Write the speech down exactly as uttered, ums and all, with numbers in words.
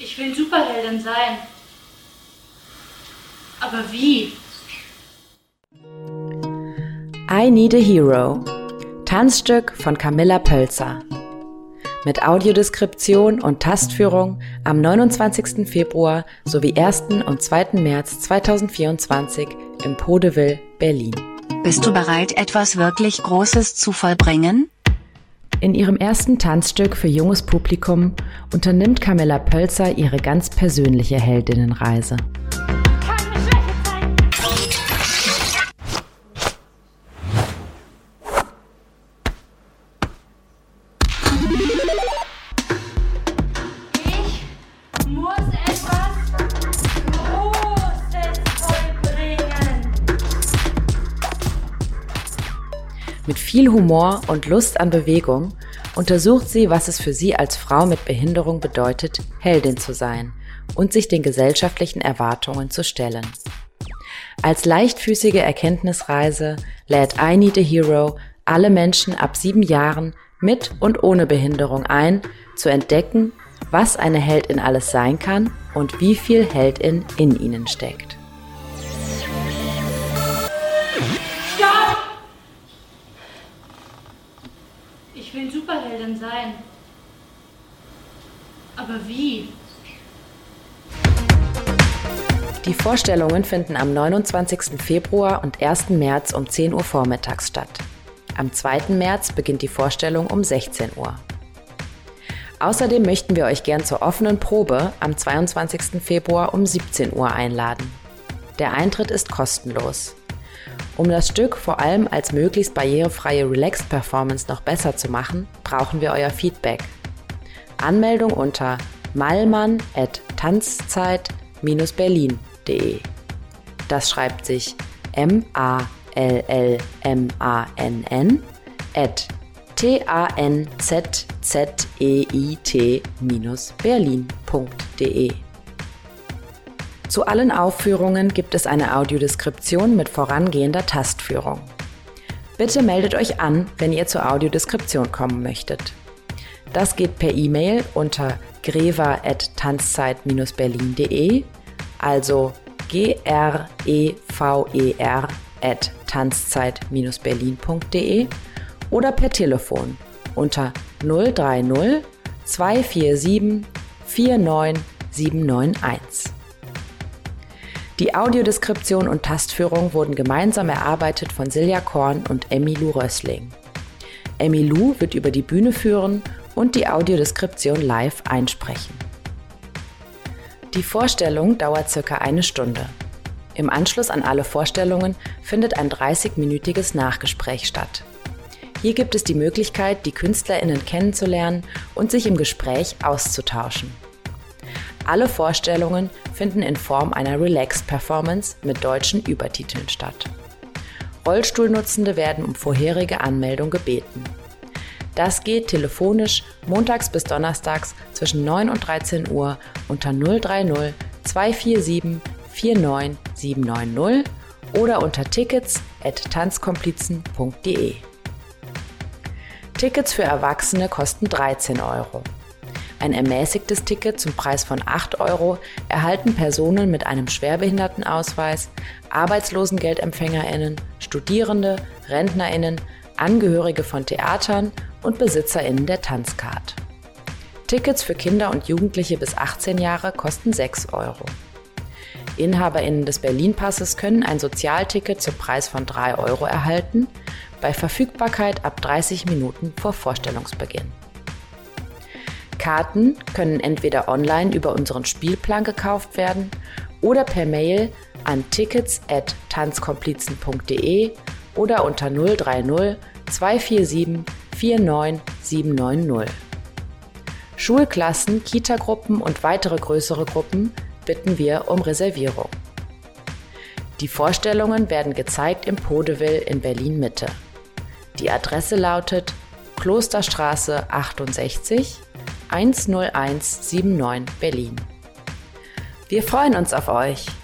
Ich will Superheldin sein. Aber wie? I Need a Hero. Tanzstück von Camilla Pölzer. Mit Audiodeskription und Tastführung am neunundzwanzigsten Februar sowie ersten und zweiten März zweitausendvierundzwanzig im Podeville, Berlin. Bist du bereit, etwas wirklich Großes zu vollbringen? In ihrem ersten Tanzstück für junges Publikum unternimmt Camilla Pölzer ihre ganz persönliche Heldinnenreise. Ich muss etwas Großes vollbringen. Mit viel Humor und Lust an Bewegung untersucht sie, was es für sie als Frau mit Behinderung bedeutet, Heldin zu sein und sich den gesellschaftlichen Erwartungen zu stellen. Als leichtfüßige Erkenntnisreise lädt I Need a Hero alle Menschen ab sieben Jahren mit und ohne Behinderung ein, zu entdecken, was eine Heldin alles sein kann und wie viel Heldin in ihnen steckt. Stopp! Ich will Superheldin sein. Aber wie? Die Vorstellungen finden am neunundzwanzigsten Februar und ersten März um zehn Uhr vormittags statt. Am zweiten März beginnt die Vorstellung um sechzehn Uhr. Außerdem möchten wir euch gern zur offenen Probe am zweiundzwanzigsten Februar um siebzehn Uhr einladen. Der Eintritt ist kostenlos. Um das Stück vor allem als möglichst barrierefreie Relaxed-Performance noch besser zu machen, brauchen wir euer Feedback. Anmeldung unter malmann at tanzzeit Bindestrich berlin punkt de. Das schreibt sich M A L L M A N N at T A N Z Z E I T Bindestrich berlin punkt de. Zu allen Aufführungen gibt es eine Audiodeskription mit vorangehender Tastführung. Bitte meldet euch an, wenn ihr zur Audiodeskription kommen möchtet. Das geht per E-Mail unter greva at tanzzeit Bindestrich berlin punkt de, also G R E V E R at tanzzeit Bindestrich berlin punkt de oder per Telefon unter null drei null zwei vier sieben vier neun sieben neun eins. Die Audiodeskription und Tastführung wurden gemeinsam erarbeitet von Silja Korn und Emmylou Rössling. Emmylou wird über die Bühne führen und die Audiodeskription live einsprechen. Die Vorstellung dauert circa eine Stunde. Im Anschluss an alle Vorstellungen findet ein dreißigminütiges Nachgespräch statt. Hier gibt es die Möglichkeit, die KünstlerInnen kennenzulernen und sich im Gespräch auszutauschen. Alle Vorstellungen finden in Form einer Relaxed-Performance mit deutschen Übertiteln statt. Rollstuhlnutzende werden um vorherige Anmeldung gebeten. Das geht telefonisch montags bis donnerstags zwischen neun und dreizehn Uhr unter null drei null zwei vier sieben vier neun sieben neun null oder unter tickets at tanzkomplizen punkt de. Tickets für Erwachsene kosten dreizehn Euro. Ein ermäßigtes Ticket zum Preis von acht Euro erhalten Personen mit einem Schwerbehindertenausweis, ArbeitslosengeldempfängerInnen, Studierende, RentnerInnen, Angehörige von Theatern und BesitzerInnen der Tanzcard. Tickets für Kinder und Jugendliche bis achtzehn Jahre kosten sechs Euro. InhaberInnen des Berlin-Passes können ein Sozialticket zum Preis von drei Euro erhalten, bei Verfügbarkeit ab dreißig Minuten vor Vorstellungsbeginn. Karten können entweder online über unseren Spielplan gekauft werden oder per Mail an tickets at tanzkomplizen punkt de oder unter null drei null zwei vier sieben vier neun sieben neun null. Schulklassen, Kitagruppen und weitere größere Gruppen bitten wir um Reservierung. Die Vorstellungen werden gezeigt im Podeville in Berlin-Mitte. Die Adresse lautet Klosterstraße achtundsechzig eins null eins sieben neun Berlin. Wir freuen uns auf euch!